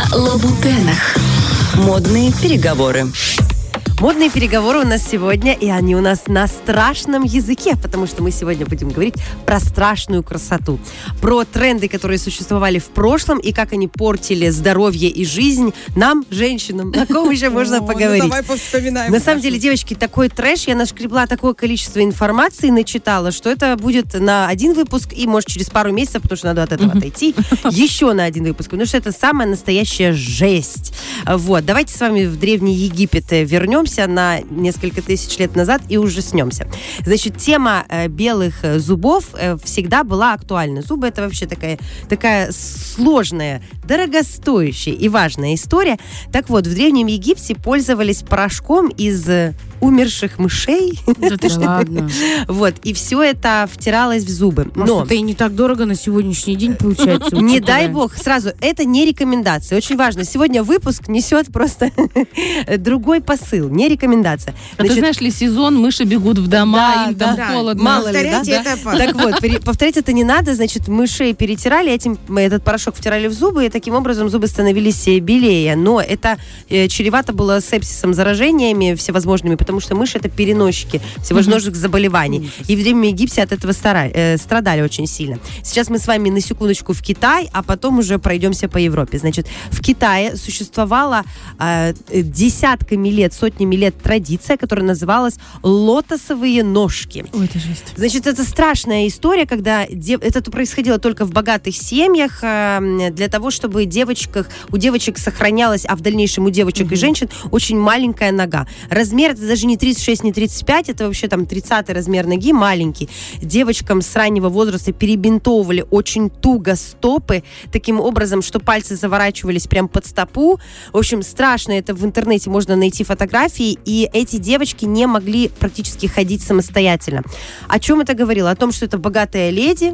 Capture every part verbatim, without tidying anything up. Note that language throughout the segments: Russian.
Лабутенах. Модные переговоры. Модные переговоры у нас сегодня, и они у нас на страшном языке, потому что мы сегодня будем говорить про страшную красоту, про тренды, которые существовали в прошлом, и как они портили здоровье и жизнь нам, женщинам. О ком еще можно поговорить? Давай повспоминаем. На самом деле, девочки, такой трэш, я нашкребла такое количество информации, начитала, что это будет на один выпуск, и, может, через пару месяцев, потому что надо от этого отойти, еще на один выпуск, потому что это самая настоящая жесть. Вот, давайте с вами в Древний Египет вернемся на несколько тысяч лет назад и ужаснемся. Значит, тема э, белых э, зубов э, всегда была актуальна. Зубы — это вообще такая, такая сложная, дорогостоящая и важная история. Так вот, в Древнем Египте пользовались порошком из э, умерших мышей. Да ты ладно. Вот, и все это втиралось в зубы. Может, это и не так дорого на сегодняшний день получается. Не дай бог, сразу, это не рекомендация. Очень важно. Сегодня выпуск несет просто другой посыл. Не рекомендация. А ты знаешь ли, сезон, мыши бегут в дома, Да, им там да. холодно. Мало ли, да? Повторяйте это, пожалуйста. Так вот, пере- повторять это не надо, значит, мышей перетирали, этим, мы этот порошок втирали в зубы, и таким образом зубы становились э, белее. Но это э, чревато было сепсисом, заражениями всевозможными, потому что мыши — это переносчики всевозможных заболеваний. И в Древнем Египте от этого стара- э, страдали очень сильно. Сейчас мы с вами на секундочку в Китай, а потом уже пройдемся по Европе. Значит, в Китае существовала э, десятками лет, сотнями лет традиция, которая называлась лотосовые ножки. Ой, это жесть. Значит, это страшная история, когда дев... это происходило только в богатых семьях, э, для того, чтобы девочках, у девочек сохранялась, а в дальнейшем у девочек mm-hmm. и женщин очень маленькая нога. Размер это даже не тридцать шесть, не тридцать пять, это вообще там тридцатый размер ноги, маленький. Девочкам с раннего возраста перебинтовывали очень туго стопы, таким образом, что пальцы заворачивались прям под стопу. В общем, страшно, это в интернете можно найти фотографии, и эти девочки не могли практически ходить самостоятельно. О чем это говорило? О том, что это богатая леди,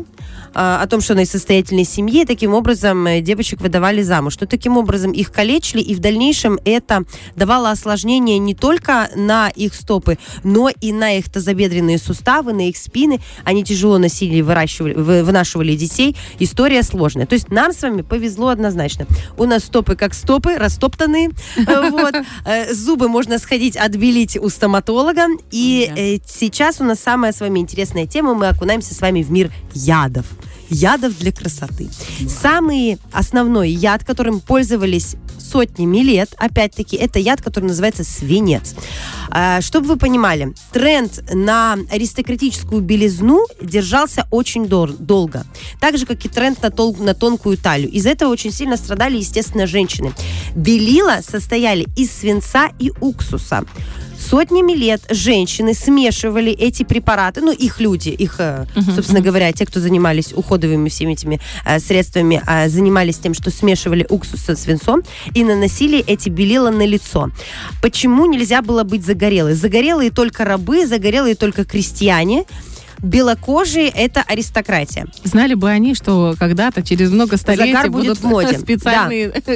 о том, что она из состоятельной семьи, и таким образом девочек выдавали замуж. Что таким образом их калечили, и в дальнейшем это давало осложнения не только на их стопы, но и на их тазобедренные суставы, на их спины. Они тяжело носили и выращивали, вынашивали детей. История сложная. То есть нам с вами повезло однозначно. У нас стопы как стопы, растоптанные. Вот. Зубы можно сходить отбелить у стоматолога. И yeah. сейчас у нас самая с вами интересная тема. Мы окунаемся с вами в мир ядов. Ядов для красоты. Wow. Самый основной яд, которым пользовались сотнями лет, опять-таки, это яд, который называется свинец. А, чтобы вы понимали, тренд на аристократическую белизну держался очень дор- долго. Так же, как и тренд на, тол- на тонкую талию. Из-за этого очень сильно страдали, естественно, женщины. Белила состояли из свинца и уксуса. Сотнями лет женщины смешивали эти препараты, ну, их люди, их, uh-huh, собственно uh-huh. говоря, те, кто занимались уходовыми всеми этими э, средствами, э, занимались тем, что смешивали уксус со свинцом и наносили эти белила на лицо. Почему нельзя было быть загорелой? Загорелые только рабы, загорелые только крестьяне. Белокожие — это аристократия. Знали бы они, что когда-то, через много столетий, загар будет будут в моде. специальные... Да.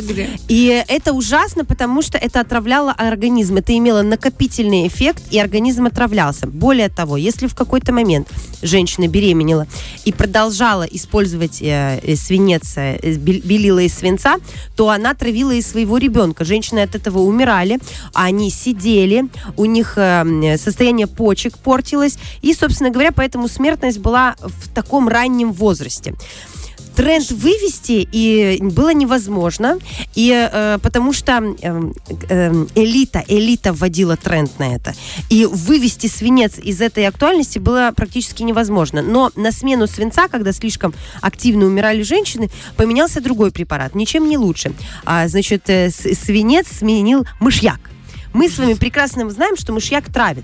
И это ужасно, потому что это отравляло организм. Это имело накопительный эффект, и организм отравлялся. Более того, если в какой-то момент женщина беременела и продолжала использовать э, свинец, э, белила из свинца, то она травила и своего ребенка. Женщины от этого умирали, они сидели, у них э, состояние почек портилось, и, собственно говоря, поэтому смертность была в таком раннем возрасте. Тренд вывести и было невозможно, и, э, потому что э, э, элита, элита вводила тренд на это. И вывести свинец из этой актуальности было практически невозможно. Но на смену свинца, когда слишком активно умирали женщины, поменялся другой препарат, ничем не лучше. А, значит, э, свинец сменил мышьяк. Мы с вами прекрасно знаем, что мышьяк травит.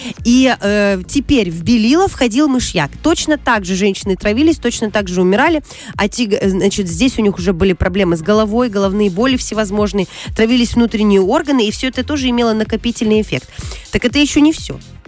И э, теперь в белила входил мышьяк. Точно так же женщины травились, точно так же умирали. А те, значит, здесь у них уже были проблемы с головой, головные боли всевозможные. Травились внутренние органы, и все это тоже имело накопительный эффект. Так это еще не все.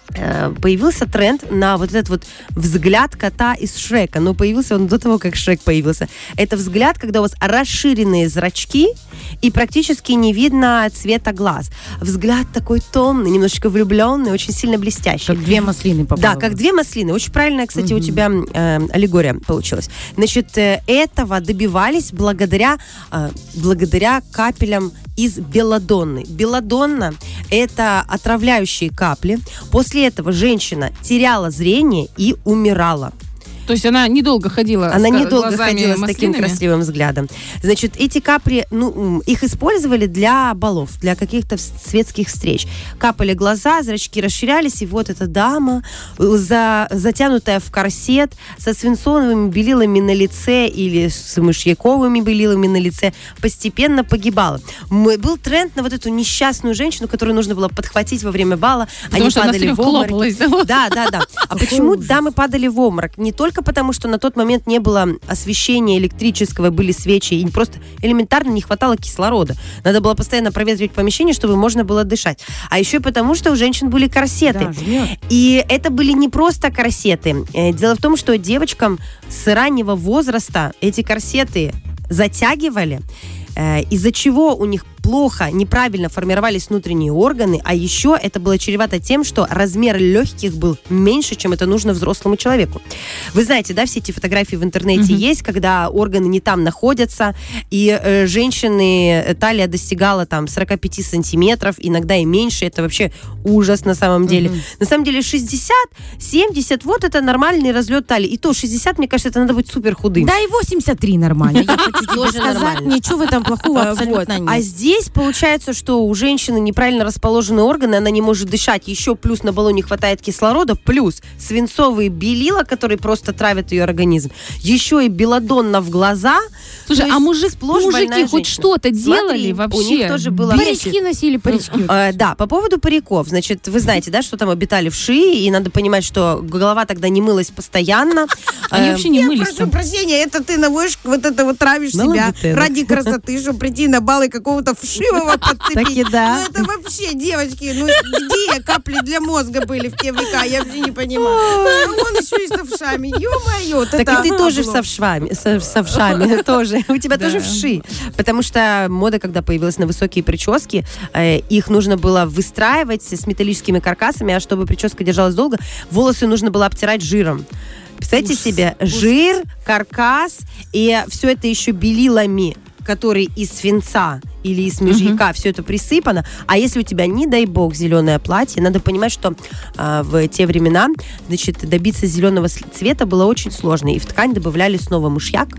появился тренд на вот этот вот взгляд кота из Шрека. Но появился он до того, как Шрек появился. Это взгляд, когда у вас расширенные зрачки и практически не видно цвета глаз. Взгляд такой томный, немножечко влюбленный, очень сильно блестящий. Как две маслины попало. Да, как две маслины. Очень правильная, кстати, угу. у тебя э, аллегория получилась. Значит, э, этого добивались благодаря, э, благодаря капелям из белладонны. Белладонна – это отравляющие капли. После этого женщина теряла зрение и умирала. То есть она недолго ходила Она с недолго глазами ходила с маслинами? таким красивым взглядом. Значит, эти капли, ну, их использовали для балов, для каких-то светских встреч. Капали глаза, зрачки расширялись, и вот эта дама, за, затянутая в корсет, со свинцовыми белилами на лице или с мышьяковыми белилами на лице, постепенно погибала. Был тренд на вот эту несчастную женщину, которую нужно было подхватить во время бала. Потому Они что падали она в обморок. хлопалась. Да, да, да. А почему дамы падали в обморок? Не только потому, что на тот момент не было освещения электрического, были свечи, и просто элементарно не хватало кислорода. Надо было постоянно проветривать помещение, чтобы можно было дышать. А еще и потому, что у женщин были корсеты. Да, жмет. И это были не просто корсеты. Дело в том, что девочкам с раннего возраста эти корсеты затягивали, из-за чего у них плохо, неправильно формировались внутренние органы, а еще это было чревато тем, что размер легких был меньше, чем это нужно взрослому человеку. Вы знаете, да, все эти фотографии в интернете mm-hmm. есть, когда органы не там находятся, и э, женщины, талия достигала там сорок пять сантиметров, иногда и меньше, это вообще ужас на самом деле. Mm-hmm. На самом деле шестьдесят семьдесят, вот это нормальный разлет талии. И то шестьдесят, мне кажется, это надо быть супер худым. Да и восемьдесят три нормально. Я хочу тебе Тоже сказать, нормально. ничего в этом плохого абсолютно нет. А здесь получается, что у женщины неправильно расположены органы, она не может дышать, еще плюс на балу не хватает кислорода, плюс свинцовые белила, которые просто травят ее организм, еще и белладонна в глаза. Слушай, а мужик, мужики хоть женщина. что-то делали Смотри, вообще? У них тоже было... Парички носили, парички. Э, да, по поводу париков. Значит, вы знаете, да, что там обитали вши, и надо понимать, что голова тогда не мылась постоянно. Они Э, вообще не мылись. Прошу прощения, это ты наводишь, вот это вот травишь Мало себя бы ты, да. ради красоты, чтобы прийти на бал и какого-то вшивого подцепить. Так и да. Ну это вообще, девочки, ну где капли для мозга были в те века, я вообще не понимаю. Ну он еще и с овшами, ё-моё. Так и ты тоже с овшами, с, с овшами тоже. У тебя тоже вши. Потому что мода, когда появилась на высокие прически, э, их нужно было выстраивать с металлическими каркасами, а чтобы прическа держалась долго, волосы нужно было обтирать жиром. Представьте ужас, себе, ужас. Жир, каркас, и все это еще белилами, которые из свинца или из мышьяка, uh-huh. все это присыпано. А если у тебя, не дай бог, зеленое платье, надо понимать, что а, в те времена, значит, добиться зеленого цвета было очень сложно. И в ткань добавляли снова мышьяк.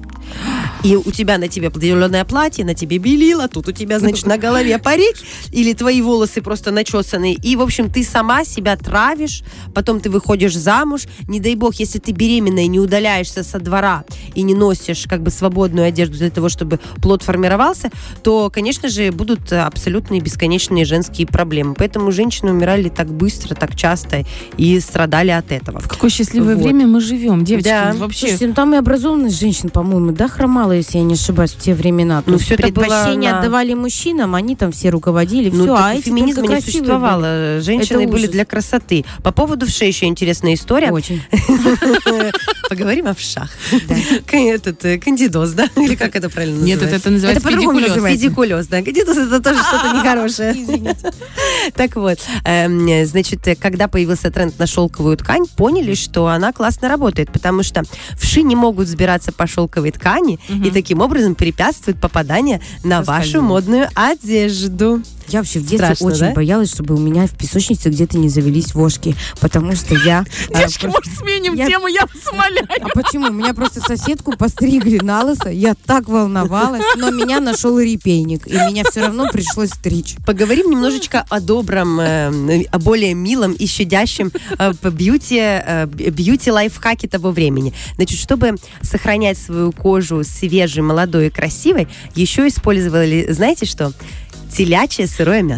И у тебя на тебе зеленое платье, на тебе белила, тут у тебя, значит, на голове парик, или твои волосы просто начесанные. И, в общем, ты сама себя травишь, потом ты выходишь замуж. Не дай бог, если ты беременная, не удаляешься со двора и не носишь как бы свободную одежду для того, чтобы плод формировался, то, конечно же, будут абсолютные бесконечные женские проблемы. Поэтому женщины умирали так быстро, так часто и страдали от этого. В какое счастливое Вот. время мы живем, девочки. Да. Вообще. Слушайте, ну там и образованность женщин, по-моему, да, хромала, если я не ошибаюсь, в те времена. То Ну, есть всё это предпочтение было на- отдавали мужчинам, они там все руководили, Ну, все, так а и эти феминизма только не красивые существовало. Женщины Это были ужас. для красоты. По поводу вшей еще интересная история. были. Очень. Поговорим о вшах. Этот э, кандидоз, да? Или как это правильно Нет, это, называется? это называется Это по-другому педикулез. называется. Педикулез, да. Кандидоз — это тоже что-то нехорошее. Извините. Так вот, эм, значит, э, когда появился тренд на шелковую ткань, поняли, что она классно работает, потому что вши не могут взбираться по шелковой ткани и таким образом препятствуют попаданию на вашу Соскальзывают. модную одежду. Я вообще в детстве Страшно, очень да? боялась, чтобы у меня в песочнице где-то не завелись вошки, потому что я... а, Девочки, просто- может, сменим Я- тему, я вас умоляю. А почему? У меня просто соседку постригли на лысо, я так волновалась, но меня нашел репейник, и меня все равно пришлось стричь. Поговорим немножечко о добром, э, о более милом и щадящем э, бьюти, э, бьюти-лайфхаке того времени. Значит, чтобы сохранять свою кожу свежей, молодой и красивой, еще использовали, знаете что? Телячье сырое мясо.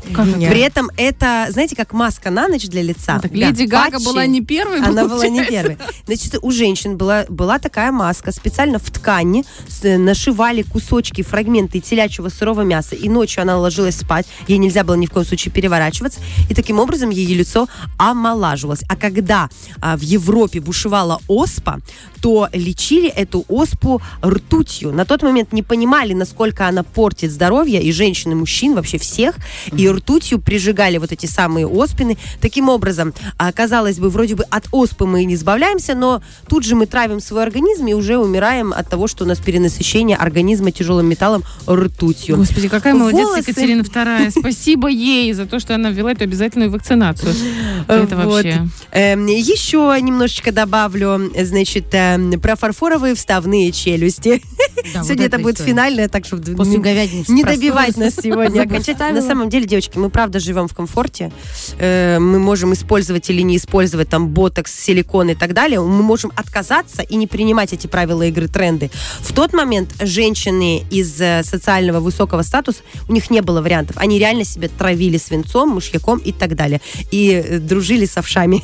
Как Нет. При этом это, знаете, как маска на ночь для лица. Так, Да, Леди Гага патчи. была не первой, Она была не получается? первой. Значит, у женщин была, была такая маска, специально в ткани с- нашивали кусочки, фрагменты телячьего сырого мяса, и ночью она ложилась спать, ей нельзя было ни в коем случае переворачиваться, и таким образом ее лицо омолаживалось. А когда а, в Европе бушевала оспа, то лечили эту оспу ртутью. На тот момент не понимали, насколько она портит здоровье и женщин, и мужчин, вообще всех, и ртутью прижигали вот эти самые оспины. Таким образом, а, казалось бы, вроде бы от оспы мы и не избавляемся, но тут же мы травим свой организм и уже умираем от того, что у нас перенасыщение организма тяжелым металлом ртутью. Господи, какая молодец Волосы. Екатерина вторая. Спасибо ей за то, что она ввела эту обязательную вакцинацию. Это Вот. вообще... Эм, еще немножечко добавлю, значит, эм, про фарфоровые вставные челюсти. Да, вот Сегодня это эта будет история. финальное, так что После говядины не проснулась, добивать нас сегодня зубы окончательно. вставила. На самом деле, девочки, мы правда живем в комфорте. Э, Мы можем использовать или не использовать там ботокс, силикон и так далее. Мы можем отказаться и не принимать эти правила игры, тренды. В тот момент женщины из э, социального высокого статуса, у них не было вариантов. Они реально себя травили свинцом, мышьяком и так далее. И э, дружили с овшами.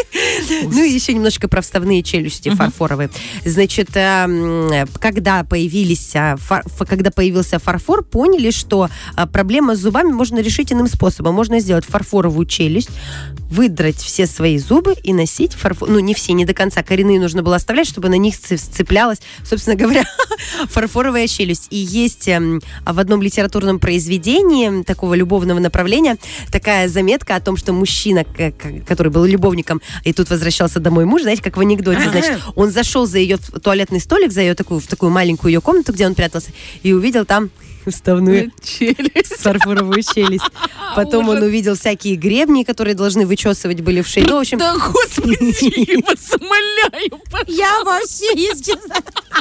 Ну и еще немножко про вставные челюсти фарфоровые. Значит, э, м, когда появились, а, фар- ф- когда появился фарфор, поняли, что а, проблема с зубами можно решить иным способом. Можно сделать фарфоровую челюсть, выдрать все свои зубы и носить фарфор... Ну, не все, не до конца. Коренные нужно было оставлять, чтобы на них сц- сцеплялась, собственно говоря, фарфоровая челюсть. И есть эм, в одном литературном произведении такого любовного направления такая заметка о том, что мужчина, к- к- который был любовником, и тут возвращался домой муж, знаете, как в анекдоте, значит, он зашел за ее туалетный столик, за ее такую, в такую маленькую ее комнату, где он прятался, и увидел там вставную Челюсть. фарфоровую челюсть. Потом он Ужас. увидел всякие гребни, которые должны вычесывать были в шее. Ну, в общем, Да, господи, я вас умоляю, пожалуйста. Я вообще, если честно,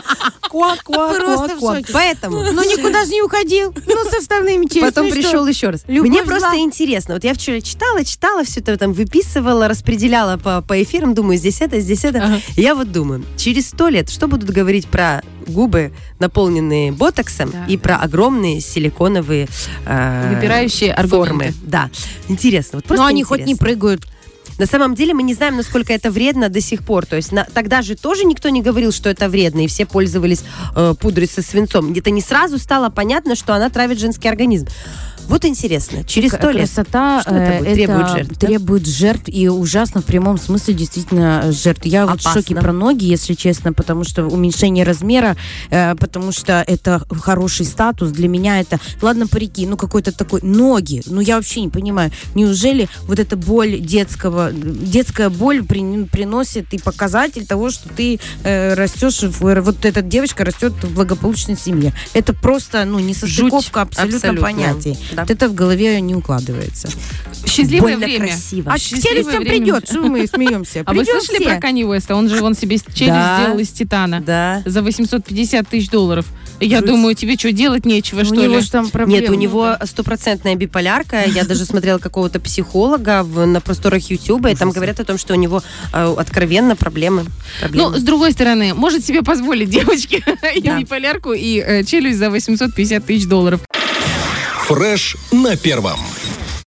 куак, куак, Просто куак, в куак. шоке. Поэтому ну никуда же не уходил. Ну, со вставными челюстями. потом что? пришел еще раз. Любовь Мне просто зла. интересно. Вот я вчера читала, читала, все это там выписывала, распределяла по, по эфирам, думаю, здесь это, здесь это. Ага. Я вот думаю, через сто лет что будут говорить про губы, наполненные ботоксом, Да, и да. про огромные силиконовые э, Выпирающие формы. аргументы. Да, интересно. Вот просто Но они хоть не интересно. прыгают. На самом деле мы не знаем, насколько это вредно до сих пор. То есть на- тогда же тоже никто не говорил, что это вредно, и все пользовались э, пудрой со свинцом. Где-то не сразу стало понятно, что она травит женский организм. Вот интересно, через сто лет. Красота Что это э, будет? Требует жертв, да? требует жертв, и ужасно в прямом смысле действительно жертв. Я вот в Опасно. шоке про ноги, если честно, потому что уменьшение размера, э, потому что это хороший статус. Для меня это, ладно, парики, ну какой-то такой, ноги, ну я вообще не понимаю, неужели вот эта боль детского, детская боль при- приносит и показатель того, что ты э, растешь, в, вот эта девочка растет в благополучной семье. Это просто, ну, несостыковка абсолютно, абсолютно. понятий. Да. Вот это в голове не укладывается. Счастливое Больно время. красиво. А Счастливое челюстям время. придет, что мы смеемся? А вы Придет слышали все. про Канье Уэста? Он же вон себе челюсть Да. сделал из титана. Да. За восемьсот пятьдесят тысяч долларов. Я Жуть. думаю, тебе что, делать нечего, У что него ли? ж там проблемы. Нет, у него стопроцентная биполярка. Я даже смотрела какого-то психолога в- на просторах Ютуба, и там говорят о том, что у него э, откровенно проблемы. Ну, проблемы. с другой стороны, может себе позволить девочке и Да. биполярку, и э, челюсть за восемьсот пятьдесят тысяч долларов. Фреш на первом.